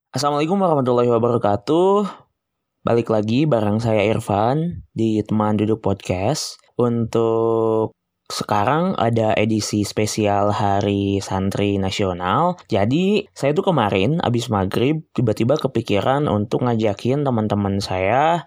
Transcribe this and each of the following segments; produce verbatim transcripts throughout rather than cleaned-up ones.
Assalamualaikum warahmatullahi wabarakatuh. Balik lagi bareng saya Irfan di Teman Duduk Podcast. Untuk sekarang ada edisi spesial Hari Santri Nasional. Jadi saya tuh kemarin abis maghrib tiba-tiba kepikiran untuk ngajakin teman-teman saya,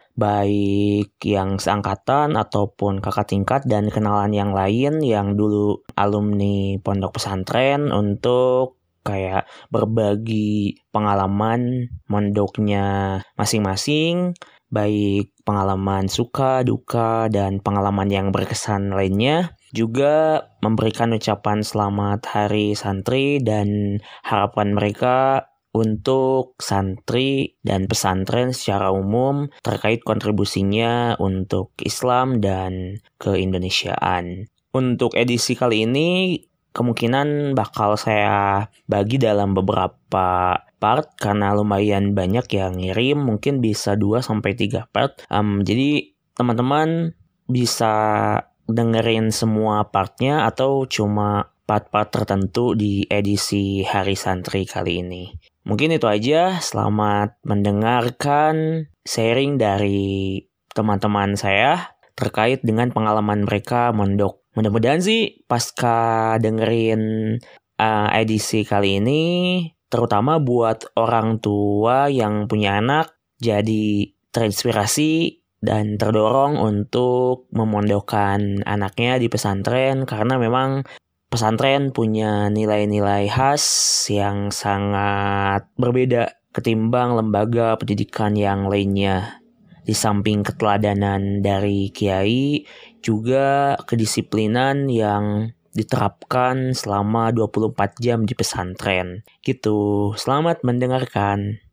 baik yang seangkatan ataupun kakak tingkat dan kenalan yang lain yang dulu alumni pondok pesantren, untuk kayak berbagi pengalaman mondoknya masing-masing, baik pengalaman suka, duka, dan pengalaman yang berkesan lainnya. Juga memberikan ucapan selamat Hari Santri dan harapan mereka untuk santri dan pesantren secara umum terkait kontribusinya untuk Islam dan keindonesiaan. Untuk edisi kali ini kemungkinan bakal saya bagi dalam beberapa part karena lumayan banyak yang ngirim, mungkin bisa dua sampai tiga part. Um, jadi teman-teman bisa dengerin semua partnya atau cuma part-part tertentu di edisi Hari Santri kali ini. Mungkin itu aja. Selamat mendengarkan sharing dari teman-teman saya terkait dengan pengalaman mereka mondok. Mudah-mudahan sih pasca dengerin uh, edisi kali ini, terutama buat orang tua yang punya anak, jadi terinspirasi dan terdorong untuk memondokkan anaknya di pesantren, karena memang pesantren punya nilai-nilai khas yang sangat berbeda ketimbang lembaga pendidikan yang lainnya. Di samping keteladanan dari kiai, juga kedisiplinan yang diterapkan selama dua puluh empat jam di pesantren. Gitu. Selamat mendengarkan.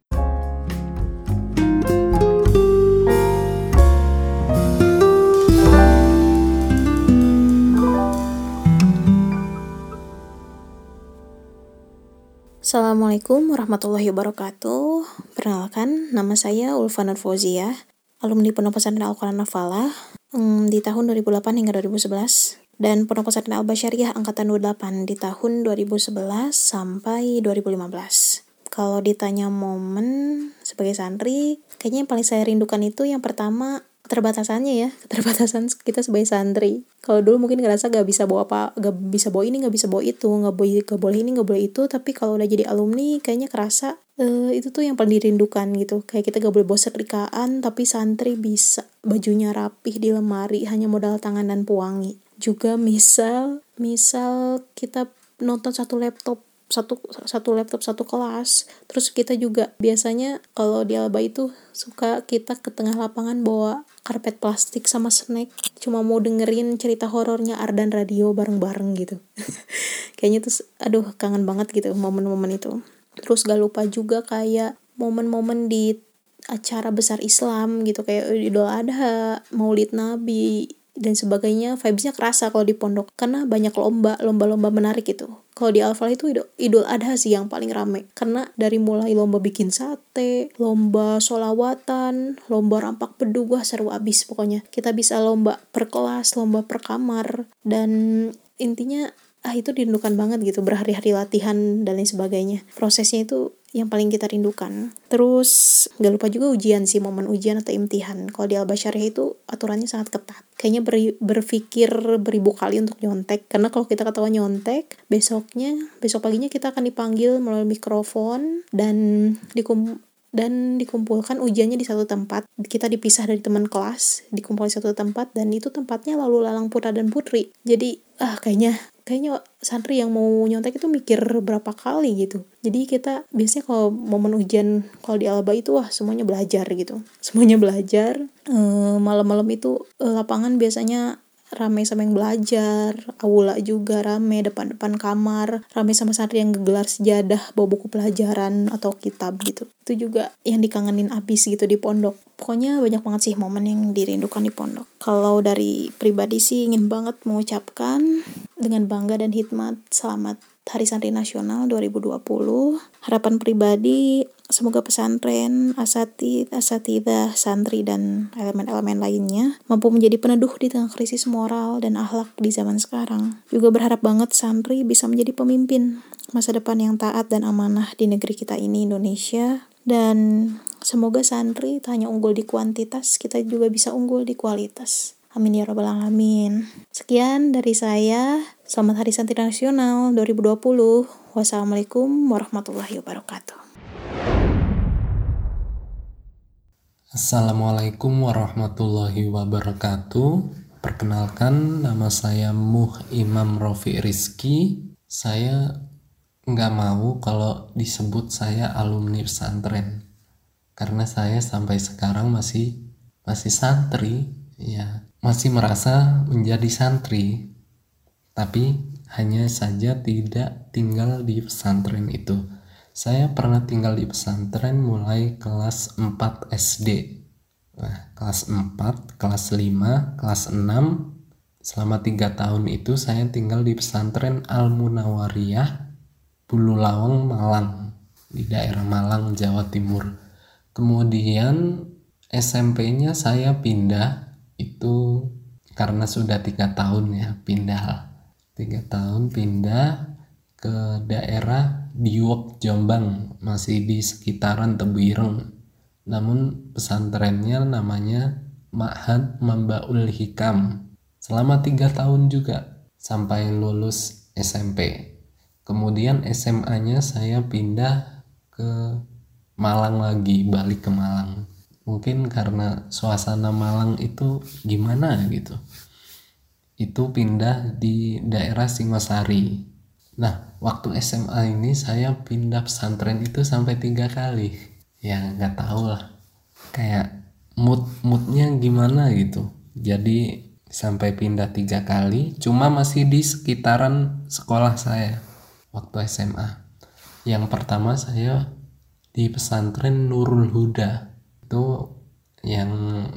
Assalamualaikum warahmatullahi wabarakatuh. Perkenalkan, nama saya Ulfa Nur Fauzia, alumni Pondok Pesantren Al-Quran Al-Falah um, di tahun dua ribu delapan hingga dua ribu sebelas, dan Pondok Pesantren Al-Basyariah angkatan dua puluh delapan di tahun dua ribu sebelas sampai dua ribu lima belas. Kalau ditanya momen sebagai santri, kayaknya yang paling saya rindukan itu yang pertama keterbatasannya ya, keterbatasan kita sebagai santri. Kalau dulu mungkin ngerasa gak bisa bawa apa, gak bisa bawa ini, gak bisa bawa itu, gak boleh, gak boleh ini, gak boleh itu. Tapi kalau udah jadi alumni, kayaknya kerasa uh, itu tuh yang paling dirindukan gitu. Kayak kita gak boleh bawa setrikaan, tapi santri bisa bajunya rapih di lemari, hanya modal tangan dan pewangi. Juga misal, misal kita nonton satu laptop, satu satu laptop satu kelas, terus kita juga biasanya kalau di Alba itu suka kita ke tengah lapangan bawa karpet plastik sama snack, cuma mau dengerin cerita horornya Ardan Radio bareng-bareng gitu. Kayaknya tuh aduh kangen banget gitu momen-momen itu. Terus gak lupa juga kayak momen-momen di acara besar Islam gitu, kayak Idul Adha, Maulid Nabi dan sebagainya. Vibes-nya kerasa kalau di pondok karena banyak lomba, lomba-lomba menarik gitu. Kalau di Al-Falah itu Idul Adha sih yang paling rame, karena dari mulai lomba bikin sate, lomba sholawatan, lomba rampak bedug, wah seru abis pokoknya. Kita bisa lomba per kelas, lomba per kamar, dan intinya ah itu dirindukan banget gitu, berhari-hari latihan dan lain sebagainya. Prosesnya itu yang paling kita rindukan. Terus gak lupa juga ujian sih, momen ujian atau imtihan. Kalau di Al-Basyariah itu aturannya sangat ketat. Kayaknya ber- berpikir beribu kali untuk nyontek, karena kalau kita ketahuan nyontek, besoknya, besok paginya kita akan dipanggil melalui mikrofon dan dikum dan dikumpulkan ujiannya di satu tempat. Kita dipisah dari teman kelas, dikumpul di satu tempat, dan itu tempatnya lalu lalang putra dan putri. Jadi ah kayaknya kayaknya santri yang mau nyontek itu mikir berapa kali gitu. Jadi kita biasanya kalau momen ujian kalau di Alba itu wah semuanya belajar gitu. Semuanya belajar. E, malam-malam itu e, lapangan biasanya rame sama yang belajar, aula juga rame, depan-depan kamar rame sama santri yang gelar sejadah, bawa buku pelajaran atau kitab gitu. Itu juga yang dikangenin abis gitu di pondok. Pokoknya banyak banget sih momen yang dirindukan di pondok. Kalau dari pribadi sih ingin banget mengucapkan dengan bangga dan hikmat selamat Hari Santri Nasional dua ribu dua puluh. Harapan pribadi, semoga pesantren, asatid, asatidah, santri, dan elemen-elemen lainnya mampu menjadi peneduh di tengah krisis moral dan akhlak di zaman sekarang. Juga berharap banget santri bisa menjadi pemimpin masa depan yang taat dan amanah di negeri kita ini, Indonesia. Dan semoga santri tak hanya unggul di kuantitas, kita juga bisa unggul di kualitas. Amin ya rabbal alamin. Sekian dari saya. Selamat Hari Santri Nasional dua ribu dua puluh. Wassalamualaikum warahmatullahi wabarakatuh. Assalamualaikum warahmatullahi wabarakatuh. Perkenalkan, nama saya Muh Imam Rofi Rizky. Saya nggak mau kalau disebut saya alumni pesantren, karena saya sampai sekarang masih masih santri, ya masih merasa menjadi santri, tapi hanya saja tidak tinggal di pesantren itu. Saya pernah tinggal di pesantren mulai kelas empat S D. Nah, kelas empat, kelas lima, kelas enam. Selama tiga tahun itu saya tinggal di pesantren Al-Munawariyah, Bululawang, Malang, di daerah Malang, Jawa Timur. Kemudian S M P-nya saya pindah, itu karena sudah tiga tahun ya pindah. Tiga tahun pindah ke daerah Diwek, Jombang, masih di sekitaran Tebuireng. Namun pesantrennya namanya Ma'had Mambaul Hikam. Selama tiga tahun juga sampai lulus S M P. Kemudian S M A-nya saya pindah ke Malang lagi, balik ke Malang. Mungkin karena suasana Malang itu gimana gitu. Itu pindah di daerah Singosari. Nah, waktu S M A ini saya pindah pesantren itu sampai tiga kali. Ya nggak tahu lah, kayak mood moodnya gimana gitu. Jadi sampai pindah tiga kali, cuma masih di sekitaran sekolah saya waktu S M A. Yang pertama saya di pesantren Nurul Huda, itu yang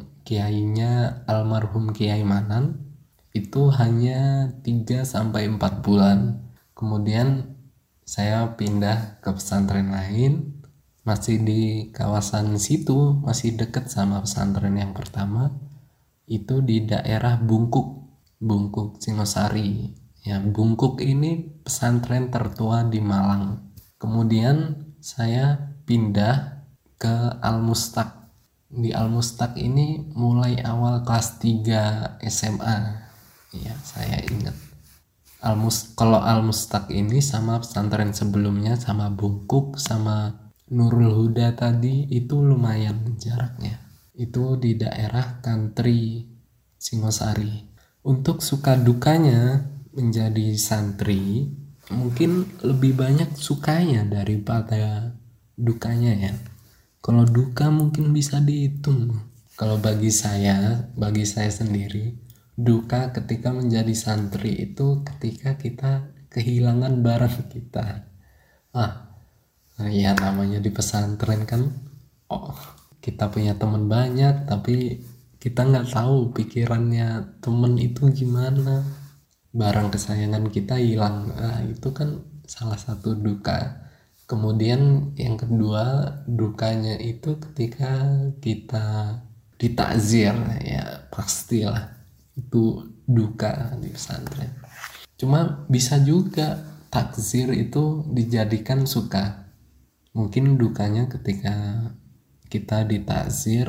kiainya almarhum Kiai Manan. Itu hanya tiga sampai empat bulan. Kemudian saya pindah ke pesantren lain, masih di kawasan situ, masih dekat sama pesantren yang pertama. Itu di daerah Bungkuk, Bungkuk Singosari. Ya, Bungkuk ini pesantren tertua di Malang. Kemudian saya pindah ke Al-Mustaq. Di Al-Mustaq ini mulai awal kelas tiga S M A. Ya, saya ingat. Al-Mus kalau Al-Mustaq ini sama pesantren sebelumnya, sama Bungkuk, sama Nurul Huda tadi, itu lumayan jaraknya. Itu di daerah Kantri, Singosari. Untuk suka dukanya menjadi santri, mungkin lebih banyak sukanya daripada dukanya ya. Kalau duka mungkin bisa dihitung. Kalau bagi saya, bagi saya sendiri, duka ketika menjadi santri itu ketika kita kehilangan barang kita. Ah, ya namanya di pesantren kan, oh kita punya teman banyak, tapi kita nggak tahu pikirannya teman itu gimana. Barang kesayangan kita hilang, ah, itu kan salah satu duka. Kemudian yang kedua, dukanya itu ketika kita ditakzir, ya pastilah itu duka di pesantren. Cuma bisa juga takzir itu dijadikan suka. Mungkin dukanya ketika kita ditakzir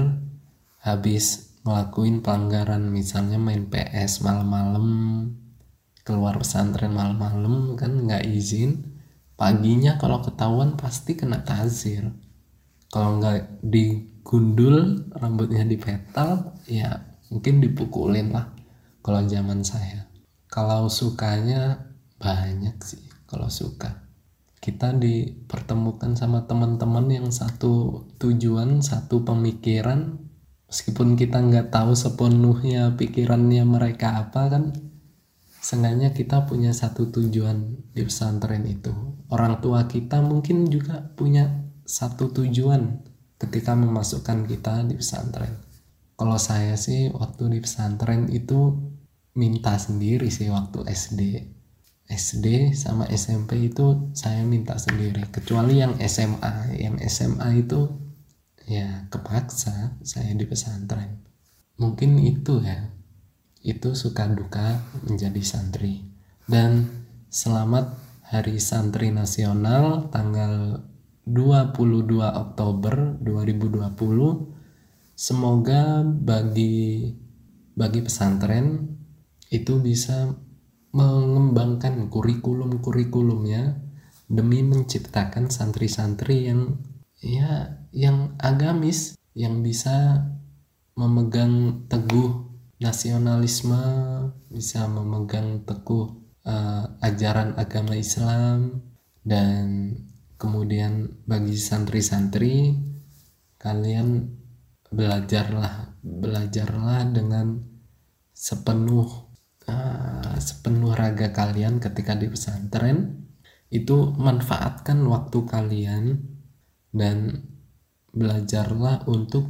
habis ngelakuin pelanggaran, misalnya main P S malam-malam, keluar pesantren malam-malam kan nggak izin, paginya kalau ketahuan pasti kena takzir. Kalau nggak digundul, rambutnya dipetal, ya mungkin dipukulin lah kalau zaman saya. Kalau sukanya banyak sih. Kalau suka, kita dipertemukan sama teman-teman yang satu tujuan, satu pemikiran. Meskipun kita nggak tahu sepenuhnya pikirannya mereka apa kan, seenggaknya kita punya satu tujuan di pesantren itu. Orang tua kita mungkin juga punya satu tujuan ketika memasukkan kita di pesantren. Kalau saya sih waktu di pesantren itu minta sendiri sih waktu S D. S D sama S M P itu saya minta sendiri, kecuali yang S M A. Yang S M A itu ya kepaksa saya di pesantren. Mungkin itu ya, itu suka duka menjadi santri. Dan selamat Hari Santri Nasional tanggal dua puluh dua Oktober dua ribu dua puluh. Semoga bagi bagi pesantren itu bisa mengembangkan kurikulum-kurikulumnya demi menciptakan santri-santri yang ya yang agamis, yang bisa memegang teguh nasionalisme, bisa memegang teguh uh, ajaran agama Islam. Dan kemudian bagi santri-santri, kalian belajarlah belajarlah dengan sepenuh uh, sepenuh raga kalian ketika di pesantren. Itu manfaatkan waktu kalian dan belajarlah untuk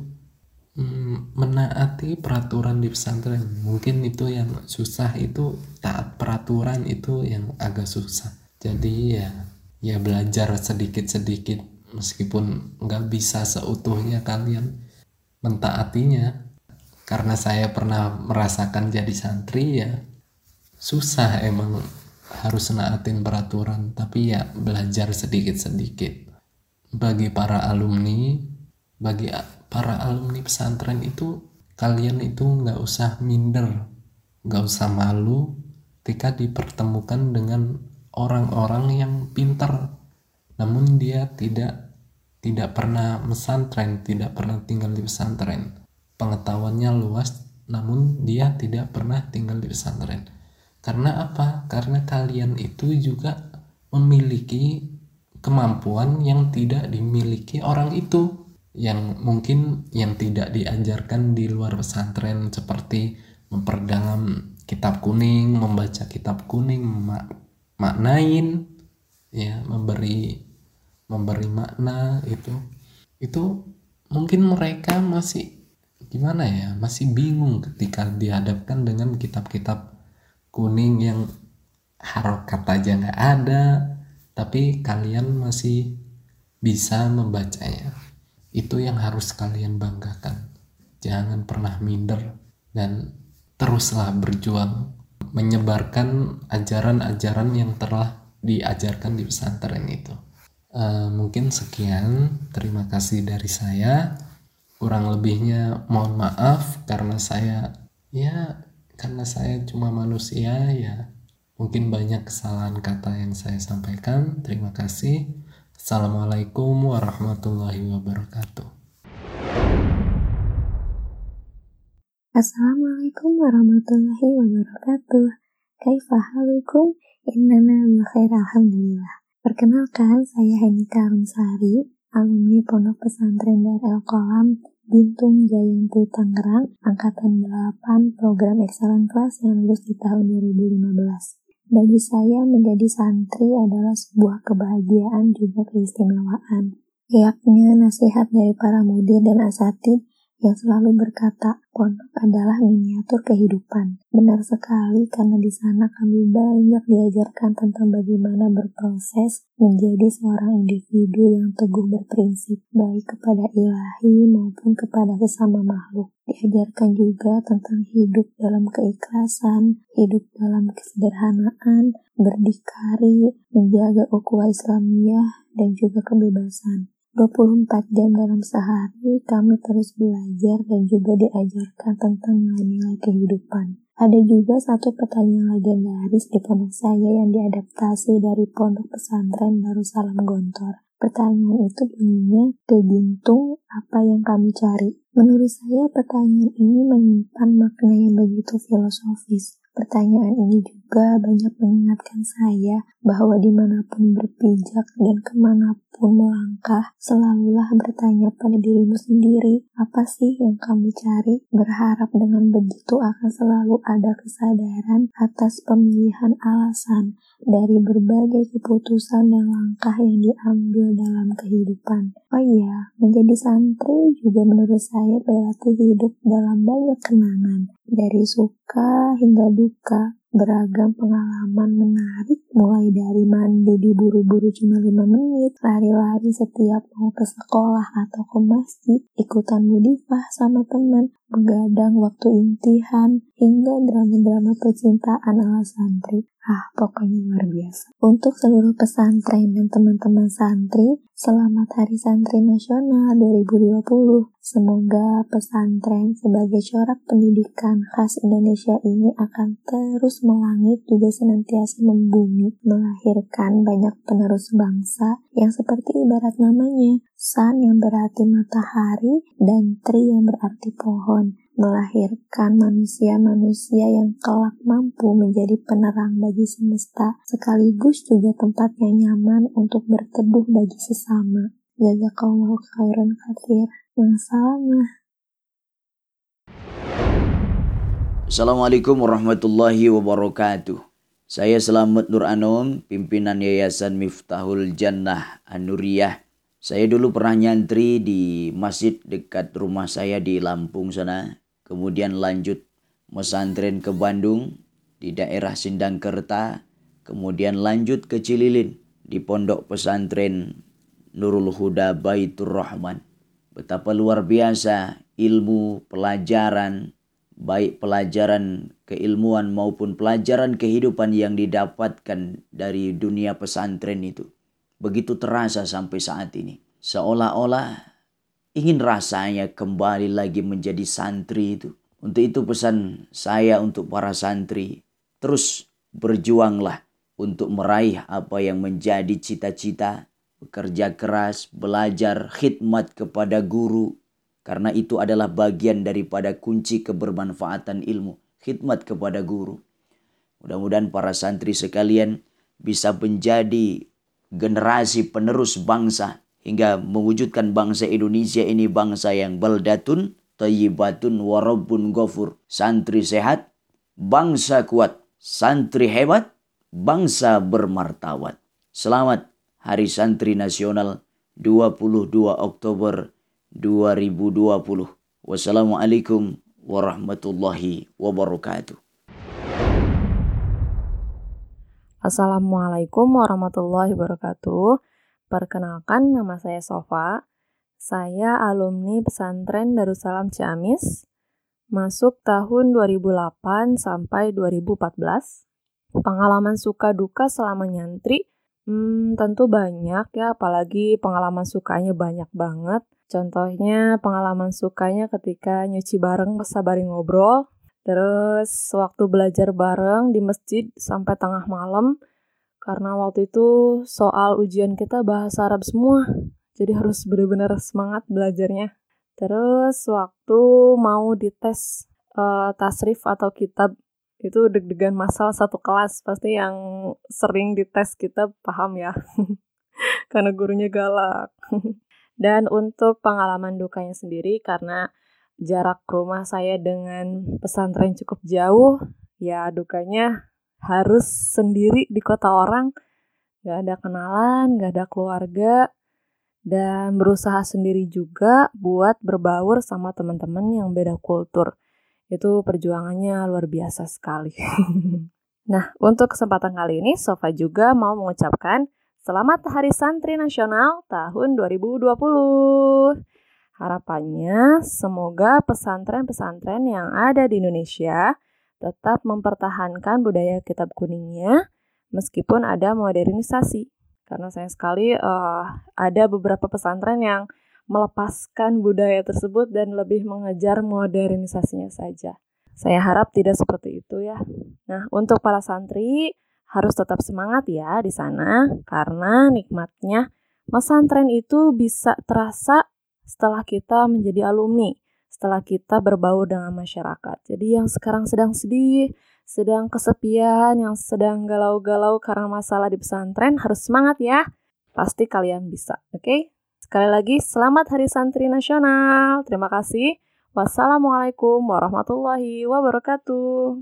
mm, menaati peraturan di pesantren. Mungkin itu yang susah, itu taat peraturan itu yang agak susah. Jadi ya ya belajar sedikit-sedikit, meskipun nggak bisa seutuhnya kalian mentaatinya. Karena saya pernah merasakan jadi santri, ya susah emang harus naatin peraturan, tapi ya belajar sedikit-sedikit. Bagi para alumni, bagi para alumni pesantren itu, kalian itu nggak usah minder, nggak usah malu ketika dipertemukan dengan orang-orang yang pintar, namun dia tidak tidak pernah pesantren, tidak pernah tinggal di pesantren. Pengetahuannya luas, namun dia tidak pernah tinggal di pesantren. Karena apa? Karena kalian itu juga memiliki kemampuan yang tidak dimiliki orang itu, yang mungkin yang tidak diajarkan di luar pesantren, seperti memperdalam kitab kuning, membaca kitab kuning, mak- maknain, ya, memberi memberi makna. Itu itu mungkin mereka masih gimana ya, masih bingung ketika dihadapkan dengan kitab-kitab kuning yang harokat aja nggak ada, tapi kalian masih bisa membacanya. Itu yang harus kalian banggakan. Jangan pernah minder dan teruslah berjuang menyebarkan ajaran-ajaran yang telah diajarkan di pesantren itu. Uh, mungkin sekian, terima kasih dari saya. Kurang lebihnya mohon maaf, karena saya ya karena saya cuma manusia, ya mungkin banyak kesalahan kata yang saya sampaikan. Terima kasih. Assalamualaikum warahmatullahi wabarakatuh. Assalamualaikum warahmatullahi wabarakatuh. Kaifa halukum? Innana bi khair, alhamdulillah. Perkenalkan, saya Henika Rumsari, alumni Pondok Pesantren Darul Qalam Gintung Jayanti Tangerang, angkatan delapan, program Excellent Class yang lulus di tahun dua ribu lima belas. Bagi saya, menjadi santri adalah sebuah kebahagiaan juga keistimewaan. Layaknya nasihat dari para mudir dan asatidz yang selalu berkata, pondok adalah miniatur kehidupan. Benar sekali, karena di sana kami banyak diajarkan tentang bagaimana berproses menjadi seorang individu yang teguh berprinsip, baik kepada ilahi maupun kepada sesama makhluk. Diajarkan juga tentang hidup dalam keikhlasan, hidup dalam kesederhanaan, berdikari, menjaga ukhuwah Islamiyah, dan juga kebebasan. dua puluh empat jam dalam sehari kami terus belajar dan juga diajarkan tentang nilai-nilai kehidupan. Ada juga satu pertanyaan legendaris di pondok saya yang diadaptasi dari Pondok Pesantren Darussalam Gontor. Pertanyaan itu bunyinya, ke Gintung apa yang kami cari? Menurut saya pertanyaan ini menyimpan makna yang begitu filosofis. Pertanyaan ini juga banyak mengingatkan saya bahwa dimanapun berpijak dan kemanapun melangkah, selalulah bertanya pada dirimu sendiri, apa sih yang kamu cari? Berharap dengan begitu akan selalu ada kesadaran atas pemilihan alasan dari berbagai keputusan dan langkah yang diambil dalam kehidupan. Oh iya, menjadi santri juga menurut saya berarti hidup dalam banyak kenangan. Dari suka hingga duka, beragam pengalaman menarik mulai dari mandi diburu-buru cuma lima menit, lari-lari setiap mau ke sekolah atau ke masjid, ikutan mudifah sama teman, begadang waktu imtihan, hingga drama-drama percintaan ala santri. Ah, pokoknya luar biasa. Untuk seluruh pesantren dan teman-teman santri, selamat Hari Santri Nasional dua ribu dua puluh. Semoga pesantren sebagai corak pendidikan khas Indonesia ini akan terus melangit juga senantiasa membumi, melahirkan banyak penerus bangsa yang seperti ibarat namanya, sun yang berarti matahari dan tree yang berarti pohon, melahirkan manusia-manusia yang kelak mampu menjadi penerang bagi semesta, sekaligus juga tempat yang nyaman untuk berteduh bagi sesama. Jazakallahu khairan katsir. Wassalam. Assalamualaikum warahmatullahi wabarakatuh. Saya Selamat Nur Anom, pimpinan Yayasan Miftahul Jannah An-Nuriyah. Saya dulu pernah nyantri di masjid dekat rumah saya di Lampung sana. Kemudian lanjut mesantren ke Bandung di daerah Sindangkerta. Kemudian lanjut ke Cililin di pondok pesantren Nurul Huda Baitur Rahman. Betapa luar biasa ilmu, pelajaran, baik pelajaran keilmuan maupun pelajaran kehidupan yang didapatkan dari dunia pesantren itu. Begitu terasa sampai saat ini. Seolah-olah ingin rasanya kembali lagi menjadi santri itu. Untuk itu pesan saya untuk para santri, terus berjuanglah untuk meraih apa yang menjadi cita-cita. Bekerja keras, belajar, khidmat kepada guru. Karena itu adalah bagian daripada kunci kebermanfaatan ilmu. Khidmat kepada guru. Mudah-mudahan para santri sekalian bisa menjadi generasi penerus bangsa. Hingga mewujudkan bangsa Indonesia ini bangsa yang baldatun, thayyibatun, warabbun ghafur. Santri sehat, bangsa kuat. Santri hebat, bangsa bermartabat. Selamat Hari Santri Nasional dua puluh dua Oktober dua ribu dua puluh. Wassalamualaikum warahmatullahi wabarakatuh. Assalamualaikum warahmatullahi wabarakatuh. Perkenalkan, nama saya Sofa. Saya alumni pesantren Darussalam Ciamis. Masuk tahun dua ribu delapan sampai dua ribu empat belas. Pengalaman suka duka selama nyantri Hmm, tentu banyak ya, apalagi pengalaman sukanya banyak banget. Contohnya pengalaman sukanya ketika nyuci bareng pas sabari ngobrol. Terus waktu belajar bareng di masjid sampai tengah malam. Karena waktu itu soal ujian kita bahasa Arab semua. Jadi harus benar-benar semangat belajarnya. Terus waktu mau dites uh, tasrif atau kitab, itu deg-degan masal satu kelas, pasti yang sering dites kita paham ya, karena gurunya galak. Dan untuk pengalaman dukanya sendiri, karena jarak rumah saya dengan pesantren cukup jauh, ya dukanya harus sendiri di kota orang, gak ada kenalan, gak ada keluarga, dan berusaha sendiri juga buat berbaur sama teman-teman yang beda kultur. Itu perjuangannya luar biasa sekali. Nah, untuk kesempatan kali ini, Sofa juga mau mengucapkan Selamat Hari Santri Nasional tahun dua ribu dua puluh. Harapannya, semoga pesantren-pesantren yang ada di Indonesia tetap mempertahankan budaya kitab kuningnya, meskipun ada modernisasi. Karena sayang sekali uh, ada beberapa pesantren yang melepaskan budaya tersebut dan lebih mengejar modernisasinya saja. Saya harap tidak seperti itu ya. Nah, untuk para santri harus tetap semangat ya di sana, karena nikmatnya pesantren itu bisa terasa setelah kita menjadi alumni, setelah kita berbaur dengan masyarakat. Jadi yang sekarang sedang sedih, sedang kesepian, yang sedang galau-galau karena masalah di pesantren, harus semangat ya. Pasti kalian bisa, oke? Okay? Sekali lagi, selamat Hari Santri Nasional. Terima kasih. Wassalamualaikum warahmatullahi wabarakatuh.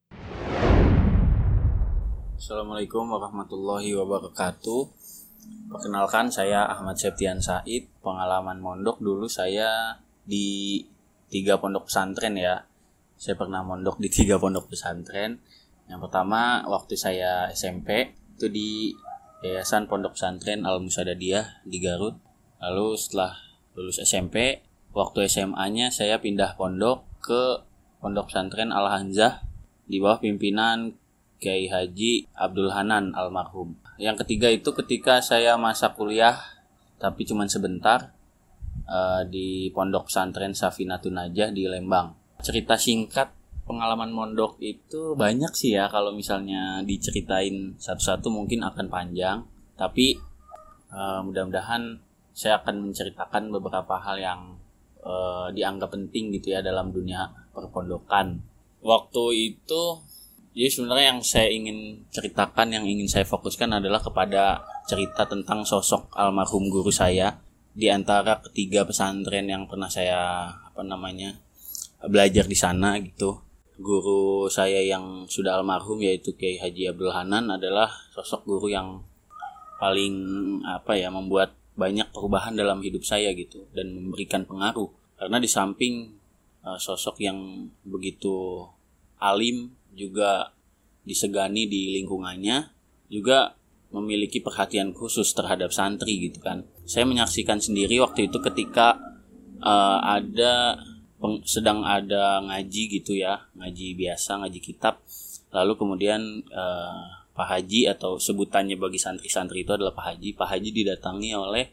Assalamualaikum warahmatullahi wabarakatuh. Perkenalkan, saya Ahmad Septian Said. Pengalaman mondok dulu saya di tiga pondok pesantren ya. Saya pernah mondok di tiga pondok pesantren. Yang pertama waktu saya S M P itu di Yayasan Pondok Pesantren Al-Musadadiyah di Garut. Lalu setelah lulus S M P, waktu S M A-nya saya pindah pondok ke Pondok Pesantren Al-Hanzah di bawah pimpinan Kiai Haji Abdul Hanan almarhum. Yang ketiga itu ketika saya masa kuliah, tapi cuma sebentar, uh, di Pondok Pesantren Safinatun Najah di Lembang. Cerita singkat pengalaman mondok itu banyak sih ya, kalau misalnya diceritain satu-satu mungkin akan panjang. Tapi uh, mudah-mudahan saya akan menceritakan beberapa hal yang uh, dianggap penting gitu ya dalam dunia perpondokan. Waktu itu jadi sebenarnya yang saya ingin ceritakan, yang ingin saya fokuskan adalah kepada cerita tentang sosok almarhum guru saya di antara ketiga pesantren yang pernah saya apa namanya belajar di sana gitu. Guru saya yang sudah almarhum yaitu Kiai Haji Abdul Hanan adalah sosok guru yang paling apa ya membuat banyak perubahan dalam hidup saya gitu dan memberikan pengaruh. Karena di samping uh, sosok yang begitu alim, juga disegani di lingkungannya, juga memiliki perhatian khusus terhadap santri gitu kan. Saya menyaksikan sendiri waktu itu ketika uh, ada peng, sedang ada ngaji gitu ya, ngaji biasa, ngaji kitab. Lalu kemudian uh, Pak Haji atau sebutannya bagi santri-santri itu adalah Pak Haji. Pak Haji didatangi oleh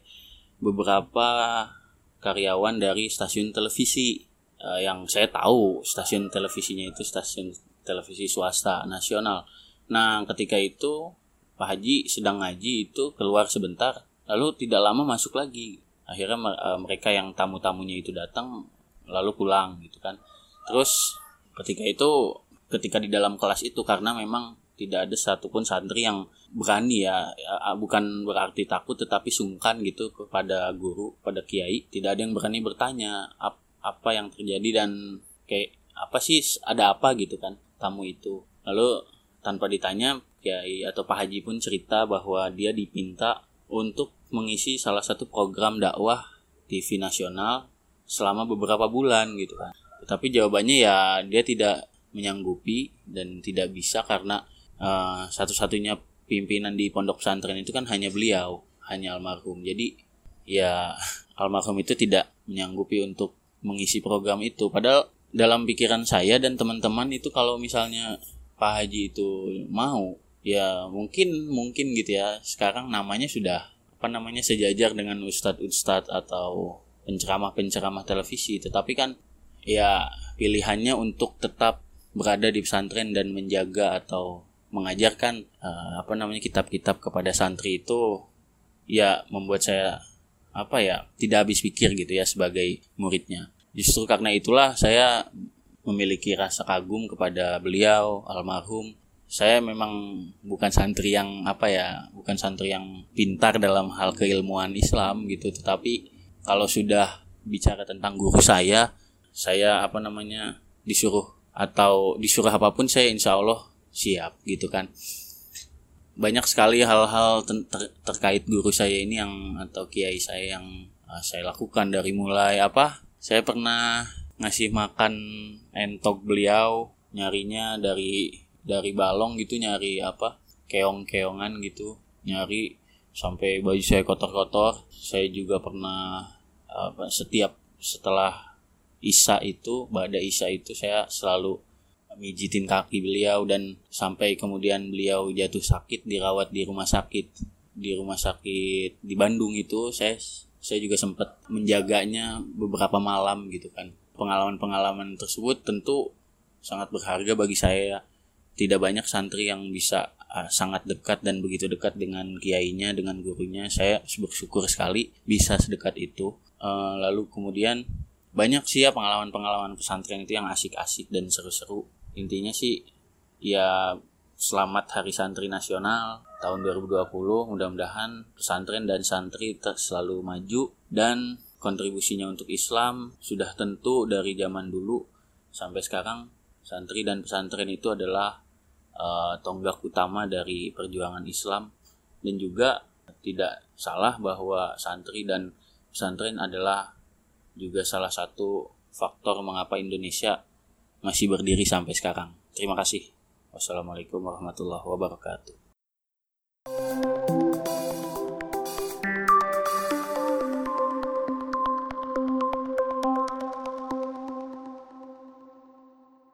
beberapa karyawan dari stasiun televisi uh, yang saya tahu stasiun televisinya itu stasiun televisi swasta nasional. Nah, ketika itu Pak Haji sedang ngaji itu keluar sebentar, lalu tidak lama masuk lagi. Akhirnya mereka yang tamu-tamunya itu datang lalu pulang gitu kan. Terus ketika itu ketika di dalam kelas itu, karena memang tidak ada satupun santri yang berani ya, bukan berarti takut tetapi sungkan gitu kepada guru, pada kiai. Tidak ada yang berani bertanya apa yang terjadi dan kayak apa sih, ada apa gitu kan tamu itu. Lalu tanpa ditanya, Kiai atau Pak Haji pun cerita bahwa dia dipinta untuk mengisi salah satu program dakwah T V nasional selama beberapa bulan gitu kan. Tetapi jawabannya ya dia tidak menyanggupi dan tidak bisa karena uh, satu-satunya pimpinan di pondok pesantren itu kan hanya beliau, hanya almarhum. Jadi ya almarhum itu tidak menyanggupi untuk mengisi program itu. Padahal dalam pikiran saya dan teman-teman itu kalau misalnya Pak Haji itu mau, ya mungkin mungkin gitu ya. Sekarang namanya sudah apa namanya sejajar dengan ustadz-ustadz atau penceramah-penceramah televisi. Tetapi kan ya pilihannya untuk tetap berada di pesantren dan menjaga atau mengajarkan uh, apa namanya kitab-kitab kepada santri itu ya membuat saya apa ya tidak habis pikir gitu ya sebagai muridnya. Justru karena itulah saya memiliki rasa kagum kepada beliau almarhum. Saya memang bukan santri yang apa ya, bukan santri yang pintar dalam hal keilmuan Islam gitu, tetapi kalau sudah bicara tentang guru saya, saya apa namanya disuruh atau disuruh apapun saya insya Allah siap gitu kan. Banyak sekali hal-hal ter- terkait guru saya ini yang atau kiai saya yang uh, saya lakukan dari mulai apa? Saya pernah ngasih makan entok beliau, nyarinya dari dari balong gitu, nyari apa? keong-keongan gitu, nyari sampai baju saya kotor-kotor. Saya juga pernah apa setiap setelah Isya itu, ba'da Isya itu saya selalu mijitin kaki beliau dan sampai kemudian beliau jatuh sakit dirawat di rumah sakit di rumah sakit di Bandung itu saya saya juga sempat menjaganya beberapa malam gitu kan. Pengalaman-pengalaman tersebut tentu sangat berharga bagi saya. Tidak banyak santri yang bisa uh, sangat dekat dan begitu dekat dengan kiainya, dengan gurunya. Saya bersyukur sekali bisa sedekat itu. Uh, lalu kemudian banyak sih ya pengalaman-pengalaman pesantren itu yang asik-asik dan seru-seru. Intinya sih ya selamat Hari Santri Nasional tahun dua ribu dua puluh. Mudah-mudahan pesantren dan santri selalu maju dan kontribusinya untuk Islam sudah tentu dari zaman dulu sampai sekarang. Santri dan pesantren itu adalah uh, tonggak utama dari perjuangan Islam, dan juga tidak salah bahwa santri dan pesantren adalah juga salah satu faktor mengapa Indonesia masih berdiri sampai sekarang. Terima kasih. Wassalamualaikum warahmatullahi wabarakatuh.